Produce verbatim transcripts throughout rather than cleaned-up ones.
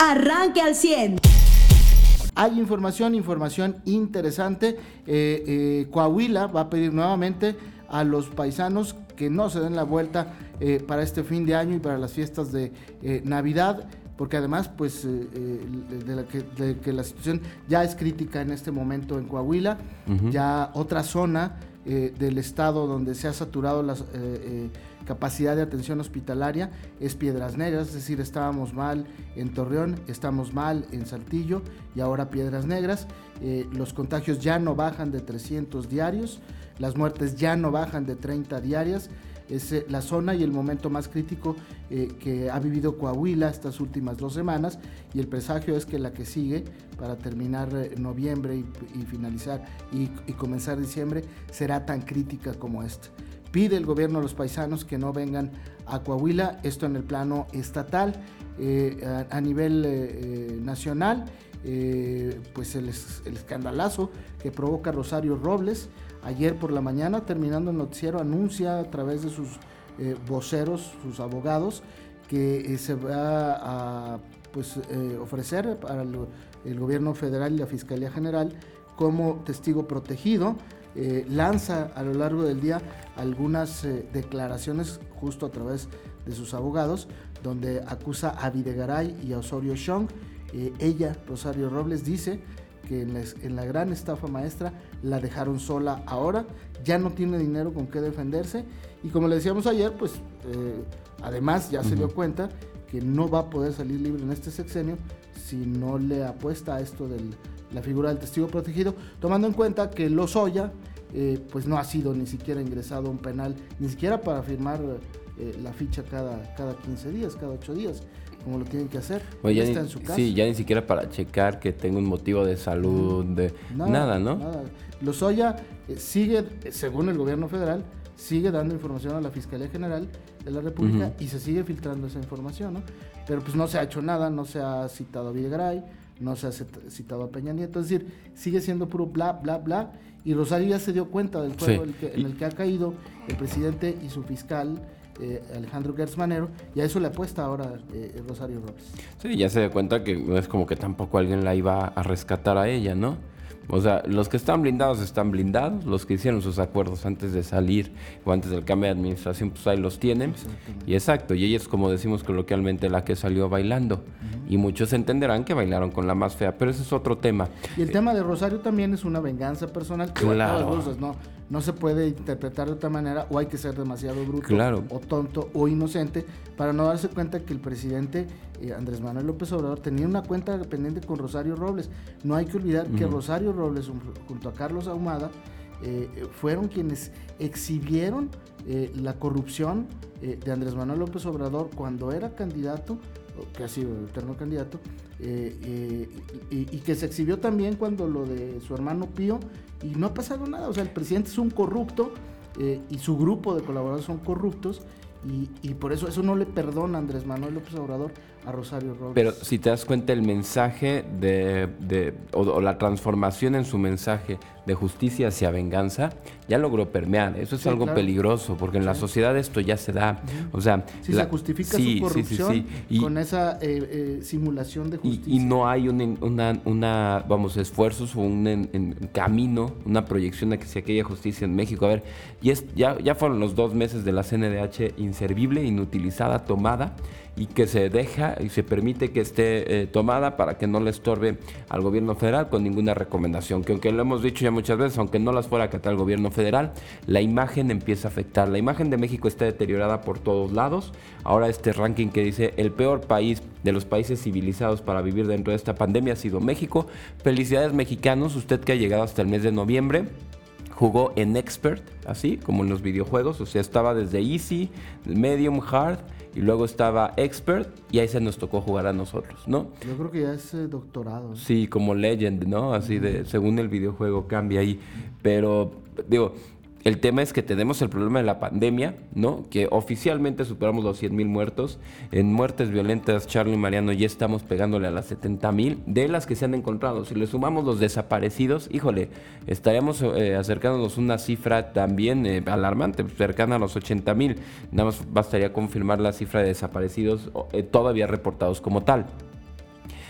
arranque al cien. Hay información, información interesante. Eh, eh, Coahuila va a pedir nuevamente a los paisanos que no se den la vuelta eh, para este fin de año y para las fiestas de eh, Navidad, porque además pues eh, de, la que, de que la situación ya es crítica en este momento en Coahuila. Uh-huh. Ya otra zona eh, del estado donde se ha saturado la eh, eh, capacidad de atención hospitalaria es Piedras Negras, es decir, estábamos mal en Torreón, estamos mal en Saltillo y ahora Piedras Negras. Eh, los contagios ya no bajan de trescientos diarios, las muertes ya no bajan de treinta diarias. Es eh, la zona y el momento más crítico eh, que ha vivido Coahuila estas últimas dos semanas, y el presagio es que la que sigue, para terminar eh, noviembre y, y finalizar y, y comenzar diciembre, será tan crítica como esta. Pide el gobierno a los paisanos que no vengan a Coahuila, esto en el plano estatal. Eh, a, a nivel eh, nacional, eh, pues el, el escandalazo que provoca Rosario Robles. Ayer por la mañana, terminando el noticiero, anuncia a través de sus eh, voceros, sus abogados, que eh, se va a pues, eh, ofrecer para lo, el gobierno federal y la Fiscalía General como testigo protegido. Eh, lanza a lo largo del día algunas eh, declaraciones justo a través de sus abogados, donde acusa a Videgaray y a Osorio Chong. Eh, ella, Rosario Robles, dice que en la, en la gran estafa maestra la dejaron sola ahora, ya no tiene dinero con qué defenderse, y como le decíamos ayer, pues eh, además ya uh-huh. se dio cuenta que no va a poder salir libre en este sexenio si no le apuesta a esto de la figura del testigo protegido, tomando en cuenta que Lozoya eh, pues no ha sido ni siquiera ingresado a un penal, ni siquiera para firmar eh, la ficha cada, cada quince días, cada ocho días, como lo tienen que hacer. Oye, está ni, en su casa. Sí, ya ni siquiera para checar que tenga un motivo de salud, de nada, nada ¿no? Nada. Lozoya eh, sigue, según el gobierno federal, sigue dando información a la Fiscalía General de la República uh-huh. y se sigue filtrando esa información, ¿no? Pero pues no se ha hecho nada, no se ha citado a Videgaray, no se ha citado a Peña Nieto, es decir, sigue siendo puro bla, bla, bla, y Rosario ya se dio cuenta del juego sí. el que, en el que ha caído el presidente y su fiscal, Eh, Alejandro Gertz Manero, y a eso le apuesta ahora eh, Rosario Robles. Sí, ya se dio cuenta que no es como que tampoco alguien la iba a rescatar a ella, ¿no? O sea, los que están blindados están blindados, los que hicieron sus acuerdos antes de salir o antes del cambio de administración, pues ahí los tienen. Y exacto, y ella es, como decimos coloquialmente, la que salió bailando. Uh-huh. Y muchos entenderán que bailaron con la más fea, pero ese es otro tema. Y el eh, tema de Rosario también es una venganza personal. Que claro. Todas luces, no, no se puede interpretar de otra manera, o hay que ser demasiado bruto, claro. o tonto, o inocente, para no darse cuenta que el presidente eh, Andrés Manuel López Obrador tenía una cuenta pendiente con Rosario Robles. No hay que olvidar uh-huh. que Rosario Robles, junto a Carlos Ahumada, eh, fueron quienes exhibieron eh, la corrupción eh, de Andrés Manuel López Obrador cuando era candidato, que ha sido el eterno candidato, eh, eh, y, y que se exhibió también cuando lo de su hermano Pío, y no ha pasado nada. O sea, el presidente es un corrupto eh, y su grupo de colaboradores son corruptos, y, y por eso eso no le perdona a Andrés Manuel López Obrador a Rosario Robles. Pero si te das cuenta, el mensaje de, de o, o la transformación en su mensaje de justicia hacia venganza ya logró permear. Eso es sí, algo claro. peligroso, porque en sí. la sociedad esto ya se da. Uh-huh. O sea, si la, se justifica sí, su corrupción sí, sí, sí. Y, con esa eh, eh, simulación de justicia. Y, y no hay un, una, una, vamos, esfuerzos o un en, en camino, una proyección de que si aquella justicia en México. A ver, y es, ya, ya fueron los dos meses de la C N D H inservible, inutilizada, tomada, y que se deja y se permite que esté eh, tomada para que no le estorbe al gobierno federal con ninguna recomendación, que aunque lo hemos dicho ya muchas veces, aunque no las fuera a acatar el gobierno federal, la imagen empieza a afectar. La imagen de México está deteriorada por todos lados. Ahora este ranking que dice el peor país de los países civilizados para vivir dentro de esta pandemia ha sido México. Felicidades, mexicanos, usted que ha llegado hasta el mes de noviembre. Jugó en Expert, así como en los videojuegos, o sea, estaba desde Easy, Medium, Hard, y luego estaba Expert, y ahí se nos tocó jugar a nosotros, ¿no? Yo creo que ya es eh, doctorado, ¿no? Sí, como Legend, ¿no? Así de, según el videojuego cambia ahí, pero, digo, el tema es que tenemos el problema de la pandemia, ¿no? Que oficialmente superamos los cien mil muertos. En muertes violentas, Charlie y Mariano ya estamos pegándole a las setenta mil de las que se han encontrado. Si le sumamos los desaparecidos, híjole, estaríamos eh, acercándonos a una cifra también eh, alarmante, cercana a los ochenta mil. Nada más bastaría confirmar la cifra de desaparecidos eh, todavía reportados como tal.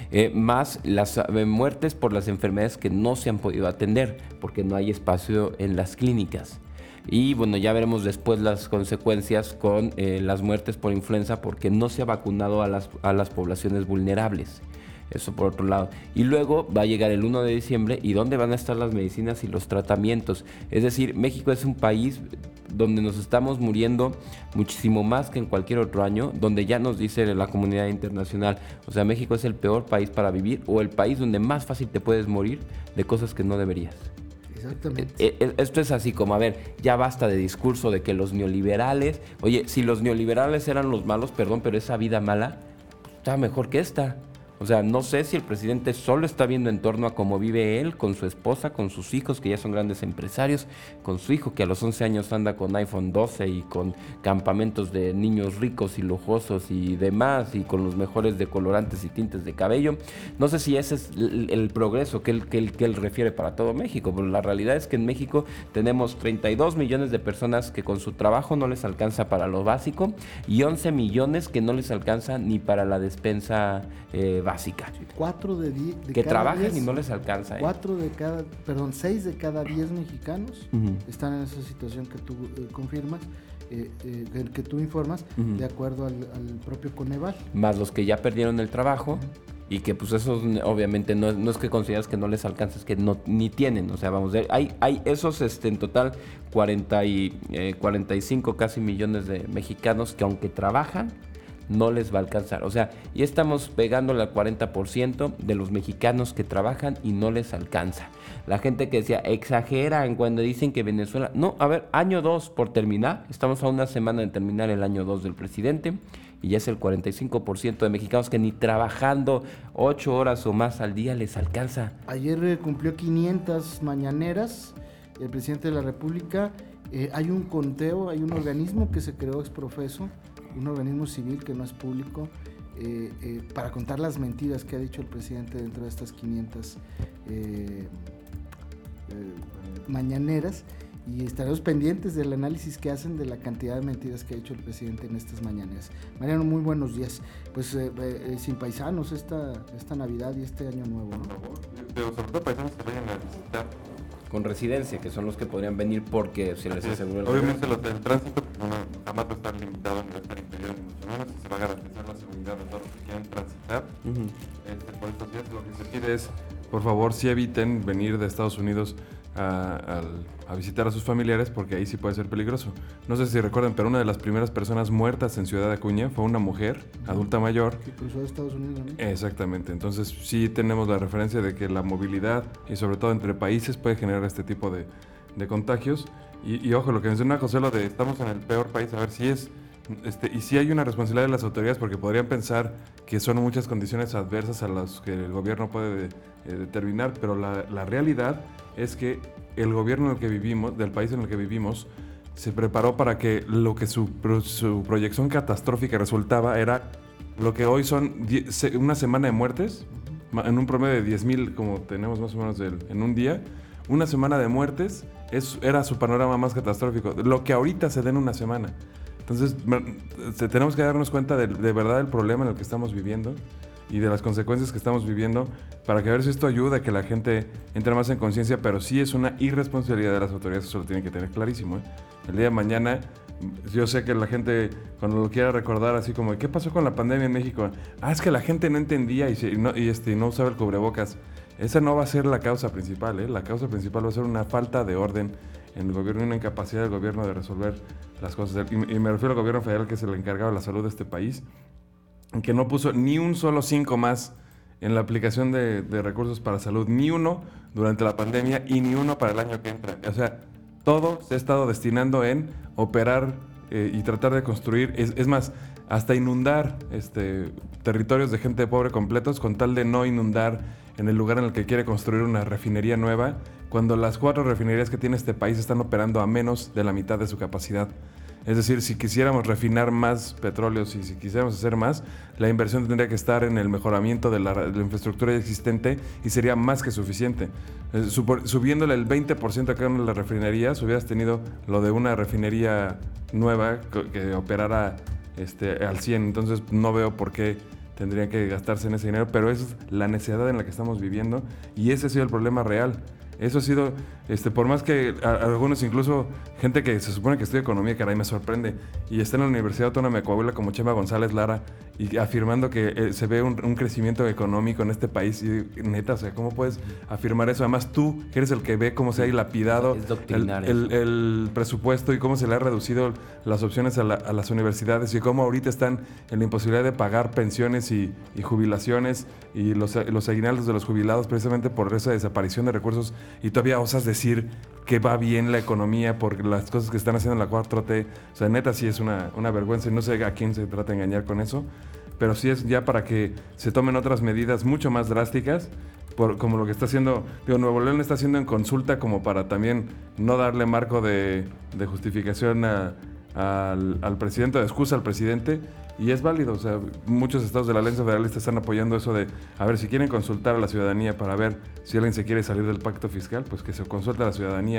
Eh, más las eh, muertes por las enfermedades que no se han podido atender, porque no hay espacio en las clínicas. Y bueno, ya veremos después las consecuencias con eh, las muertes por influenza, porque no se ha vacunado a las, a las poblaciones vulnerables. Eso por otro lado. Y luego va a llegar el uno de diciembre, y ¿dónde van a estar las medicinas y los tratamientos? Es decir, México es un país donde nos estamos muriendo muchísimo más que en cualquier otro año, donde ya nos dice la comunidad internacional, o sea, México es el peor país para vivir, o el país donde más fácil te puedes morir de cosas que no deberías. Exactamente. Esto es así como, a ver, ya basta de discurso de que los neoliberales, oye, si los neoliberales eran los malos, perdón, pero esa vida mala pues, está mejor que esta. O sea, no sé si el presidente solo está viendo en torno a cómo vive él, con su esposa, con sus hijos, que ya son grandes empresarios, con su hijo, que a los once años anda con iPhone doce y con campamentos de niños ricos y lujosos y demás, y con los mejores decolorantes y tintes de cabello. No sé si ese es el, el progreso que él, que, él, que él refiere para todo México, pero la realidad es que en México tenemos treinta y dos millones de personas que con su trabajo no les alcanza para lo básico, y once millones que no les alcanza ni para la despensa eh, básica. Sí, cuatro de, die, de que cada trabajan diez, y no les alcanza. ¿eh? Cuatro de cada, perdón, seis de cada diez mexicanos uh-huh. están en esa situación que tú eh, confirmas, eh, eh, que, que tú informas, uh-huh. de acuerdo al, al propio Coneval. Más los que ya perdieron el trabajo. Uh-huh. Y que pues esos obviamente no, no es que consideras que no les alcanza, es que no ni tienen, o sea, vamos, hay, hay esos este, en total cuarenta y, eh, cuarenta y cinco casi millones de mexicanos que aunque trabajan, no les va a alcanzar. O sea, ya estamos pegándole al cuarenta por ciento de los mexicanos que trabajan y no les alcanza. La gente que decía, exageran cuando dicen que Venezuela... No, a ver, año dos por terminar. Estamos a una semana de terminar el año dos del presidente. Y ya es el cuarenta y cinco por ciento de mexicanos que ni trabajando ocho horas o más al día les alcanza. Ayer eh, cumplió quinientas mañaneras el presidente de la República. Eh, hay un conteo, hay un organismo que se creó exprofeso, un organismo civil que no es público, eh, eh, para contar las mentiras que ha dicho el presidente dentro de estas quinientas eh, eh, mañaneras, y estaremos pendientes del análisis que hacen de la cantidad de mentiras que ha dicho el presidente en estas mañaneras. Mariano, muy buenos días. Pues eh, eh, sin paisanos esta, esta Navidad y este Año Nuevo, ¿no? Por favor, pero sobre todo paisanos que vayan a visitar con residencia, que son los que podrían venir porque se les aseguró el obviamente los del tránsito pues, no, jamás va a estar limitado, no va a estar inferior en mucho menos, y se va a garantizar la seguridad de todos los que quieran transitar. Uh-huh. este, por estos días lo que se pide es, por favor, si eviten venir de Estados Unidos a, a, a visitar a sus familiares, porque ahí sí puede ser peligroso. No sé si recuerdan, pero una de las primeras personas muertas en Ciudad Acuña fue una mujer adulta mayor que cruzó a Estados Unidos, ¿no? Exactamente, entonces sí tenemos la referencia de que la movilidad y sobre todo entre países puede generar este tipo de, de contagios. Y, y ojo, lo que menciona José, lo de estamos en el peor país, a ver si es Este, y sí hay una responsabilidad de las autoridades, porque podrían pensar que son muchas condiciones adversas a las que el gobierno puede eh, determinar, pero la, la realidad es que el gobierno en el que vivimos, del país en el que vivimos, se preparó para que lo que su, su proyección catastrófica resultaba era lo que hoy son die, una semana de muertes, en un promedio de diez mil, como tenemos más o menos del, en un día. Una semana de muertes es, era su panorama más catastrófico, lo que ahorita se da en una semana. Entonces, tenemos que darnos cuenta de, de verdad del problema en el que estamos viviendo y de las consecuencias que estamos viviendo, para que a ver si esto ayuda a que la gente entre más en conciencia, pero sí es una irresponsabilidad de las autoridades, eso lo tienen que tener clarísimo, ¿eh? El día de mañana, yo sé que la gente, cuando lo quiera recordar, así como, ¿qué pasó con la pandemia en México? Ah, es que la gente no entendía y, y, no, y este, no usaba el cubrebocas. Esa no va a ser la causa principal, ¿eh? La causa principal va a ser una falta de orden en el gobierno y una incapacidad del gobierno de resolver las cosas. Y, y me refiero al gobierno federal, que es el encargado de la salud de este país, que no puso ni un solo cinco más en la aplicación de, de recursos para salud, ni uno durante la pandemia y ni uno para el año que entra. O sea, todo se ha estado destinando en operar eh, y tratar de construir, es, es más, hasta inundar este, territorios de gente pobre completos, con tal de no inundar en el lugar en el que quiere construir una refinería nueva, cuando las cuatro refinerías que tiene este país están operando a menos de la mitad de su capacidad. Es decir, si quisiéramos refinar más petróleo, y si quisiéramos hacer más, la inversión tendría que estar en el mejoramiento de la, de la infraestructura ya existente, y sería más que suficiente. Eh, subiéndole el veinte por ciento a cada una de las refinerías, hubieras tenido lo de una refinería nueva que, que operara este, al cien. Entonces no veo por qué tendrían que gastarse en ese dinero, pero esa es la necesidad en la que estamos viviendo y ese ha sido el problema real. Eso ha sido, este, por más que a, a algunos, incluso gente que se supone que estudia economía, caray, me sorprende, y está en la Universidad Autónoma de Coahuila como Chema González Lara, y afirmando que eh, se ve un, un crecimiento económico en este país, y neta, o sea, ¿cómo puedes afirmar eso? Además tú, que eres el que ve cómo se ha dilapidado el, el, el presupuesto y cómo se le ha reducido las opciones a, la, a las universidades y cómo ahorita están en la imposibilidad de pagar pensiones y, y jubilaciones y los, los aguinaldos de los jubilados precisamente por esa desaparición de recursos, y todavía osas decir que va bien la economía por las cosas que están haciendo en la cuatro T. O sea, neta sí es una, una vergüenza y no sé a quién se trata de engañar con eso, pero sí es ya para que se tomen otras medidas mucho más drásticas, por, como lo que está haciendo, digo, Nuevo León está haciendo en consulta como para también no darle marco de, de justificación a, a, al, al presidente, de excusa al presidente. Y es válido, o sea, muchos estados de la Alianza Federalista están apoyando eso de, a ver, si quieren consultar a la ciudadanía para ver si alguien se quiere salir del pacto fiscal, pues que se consulte a la ciudadanía.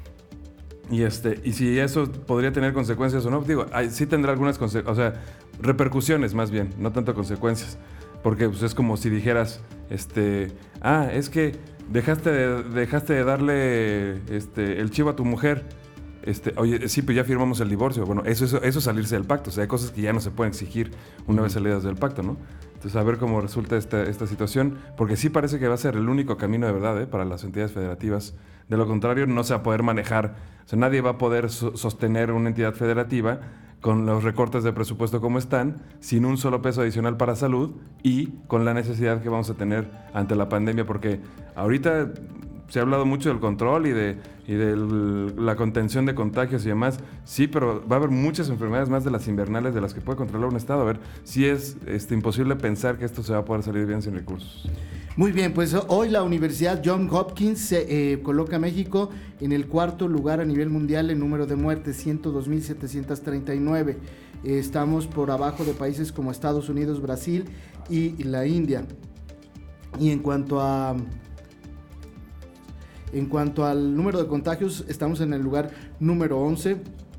Y este y si eso podría tener consecuencias o no, digo, hay, sí tendrá algunas consecuencias, o sea, repercusiones más bien, no tanto consecuencias. Porque pues, es como si dijeras, este, ah, es que dejaste de, dejaste de darle este, el chivo a tu mujer. Este, oye, sí, pues ya firmamos el divorcio. Bueno, eso, eso, eso es salirse del pacto. O sea, hay cosas que ya no se pueden exigir una uh-huh. vez salidas del pacto, ¿no? Entonces, a ver cómo resulta esta, esta situación, porque sí parece que va a ser el único camino de verdad, ¿eh? Para las entidades federativas. De lo contrario, no se va a poder manejar, o sea, nadie va a poder so- sostener una entidad federativa con los recortes de presupuesto como están, sin un solo peso adicional para salud y con la necesidad que vamos a tener ante la pandemia, porque ahorita se ha hablado mucho del control y de, y de la contención de contagios y demás. Sí, pero va a haber muchas enfermedades más de las invernales de las que puede controlar un estado. A ver, sí es este, imposible pensar que esto se va a poder salir bien sin recursos. Muy bien, pues hoy la Universidad Johns Hopkins se eh, coloca a México en el cuarto lugar a nivel mundial en número de muertes, ciento dos mil setecientos treinta y nueve. Eh, estamos por abajo de países como Estados Unidos, Brasil y, y la India. Y en cuanto a... En cuanto al número de contagios, estamos en el lugar número once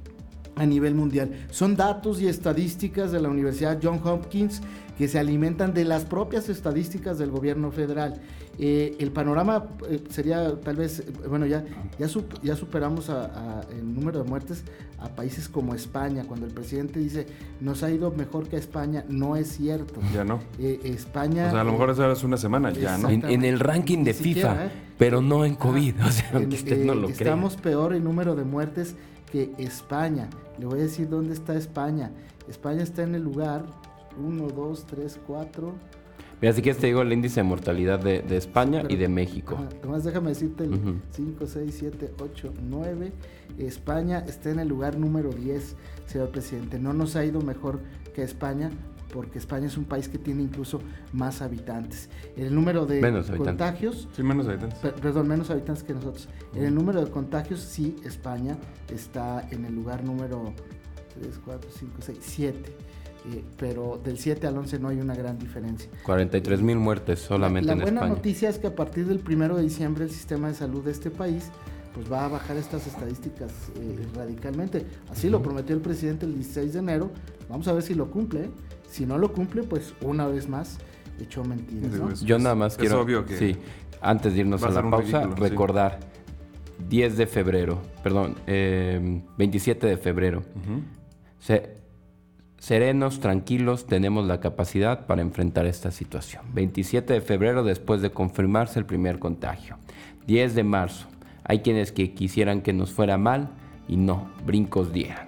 a nivel mundial. Son datos y estadísticas de la Universidad Johns Hopkins que se alimentan de las propias estadísticas del gobierno federal. Eh, el panorama eh, sería tal vez, eh, bueno, ya, ya, sup, ya superamos a, a, el número de muertes a países como España. Cuando el presidente dice, nos ha ido mejor que a España, no es cierto. Ya no. Eh, España... O sea, a lo mejor esa es una semana, ya no. En, en el ranking de FIFA, siquiera, ¿eh? Pero no en COVID. Ah, o sea, aunque usted eh, no lo crea. Estamos peor en número de muertes que España. Le voy a decir dónde está España. España está en el lugar uno, dos, tres, cuatro... Mira, así que te digo el índice de mortalidad de, de España Pero, y de México. Ajá, además déjame decirte el uh-huh. cinco, seis, siete, ocho, nueve. España está en el lugar número diez, señor presidente. No nos ha ido mejor que España, porque España es un país que tiene incluso más habitantes. El número de menos contagios... Habitantes. Sí, menos habitantes. Per, perdón, menos habitantes que nosotros. Uh-huh. En el número de contagios, sí, España está en el lugar número tres, cuatro, cinco, seis, siete. Eh, pero del siete al once no hay una gran diferencia. cuarenta y tres mil muertes solamente la, la en España. La buena noticia es que a partir del primero de diciembre el sistema de salud de este país pues va a bajar estas estadísticas eh, radicalmente. Así uh-huh. lo prometió el presidente el dieciséis de enero. Vamos a ver si lo cumple. ¿eh? Si no lo cumple, pues una vez más echó mentiras, ¿no? Yo nada más es quiero, obvio que sí, antes de irnos a, a la pausa, ridículo, recordar sí. diez de febrero, perdón, eh, veintisiete de febrero. Uh-huh. Se... Serenos, tranquilos, tenemos la capacidad para enfrentar esta situación. veintisiete de febrero, después de confirmarse el primer contagio. diez de marzo, hay quienes que quisieran que nos fuera mal y no, brincos dieran.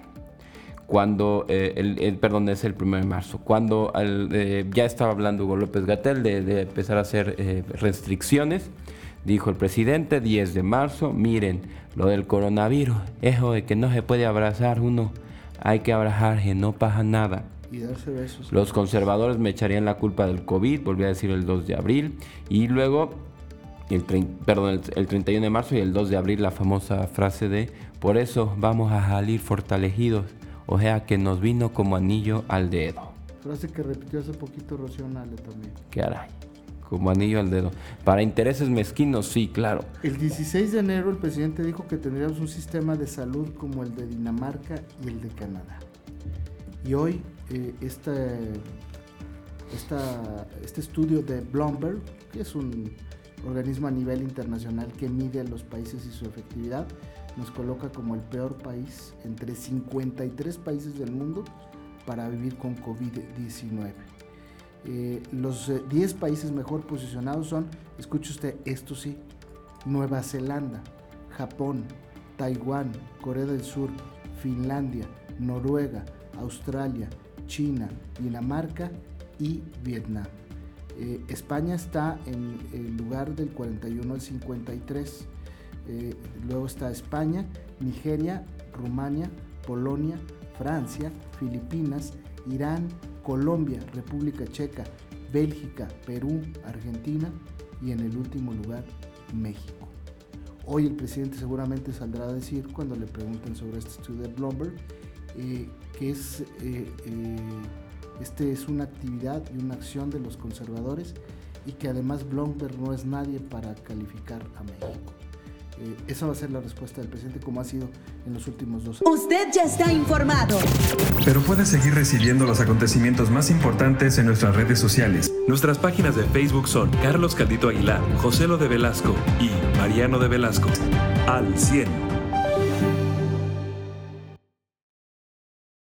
Cuando, eh, el, el, perdón, es el primero de marzo, cuando el, eh, ya estaba hablando Hugo López-Gatell de, de empezar a hacer eh, restricciones, dijo el presidente, diez de marzo, miren, lo del coronavirus, eso de que no se puede abrazar uno, hay que abrazarse, no pasa nada. Y darse besos. Los conservadores me echarían la culpa del COVID, volví a decir el dos de abril. Y luego, el, tre- perdón, el, el treinta y uno de marzo y el dos de abril, la famosa frase de por eso vamos a salir fortalecidos. O sea, que nos vino como anillo al dedo. Frase que repitió hace poquito Rocío Nale también. ¿Qué hará? Como anillo al dedo. Para intereses mezquinos, sí, claro. El dieciséis de enero el presidente dijo que tendríamos un sistema de salud como el de Dinamarca y el de Canadá. Y hoy, eh, este esta, este estudio de Bloomberg, que es un organismo a nivel internacional que mide a los países y su efectividad, nos coloca como el peor país entre cincuenta y tres países del mundo para vivir con covid diecinueve. Eh, los eh, diez países mejor posicionados son, escuche usted, esto sí, Nueva Zelanda, Japón, Taiwán, Corea del Sur, Finlandia, Noruega, Australia, China, Dinamarca y Vietnam. Eh, España está en el lugar del cuarenta y uno al cincuenta y tres. Eh, luego está España, Nigeria, Rumania, Polonia, Francia, Filipinas, Irán, Colombia, República Checa, Bélgica, Perú, Argentina y en el último lugar México. Hoy el presidente seguramente saldrá a decir, cuando le pregunten sobre este estudio de Bloomberg, eh, que es, eh, eh, este es una actividad y una acción de los conservadores y que además Bloomberg no es nadie para calificar a México. Eh, esa va a ser la respuesta del presidente, como ha sido en los últimos dos años. Usted ya está informado. Pero puede seguir recibiendo los acontecimientos más importantes en nuestras redes sociales. Nuestras páginas de Facebook son Carlos Caldito Aguilar, José Lo de Velasco y Mariano de Velasco. Al cien.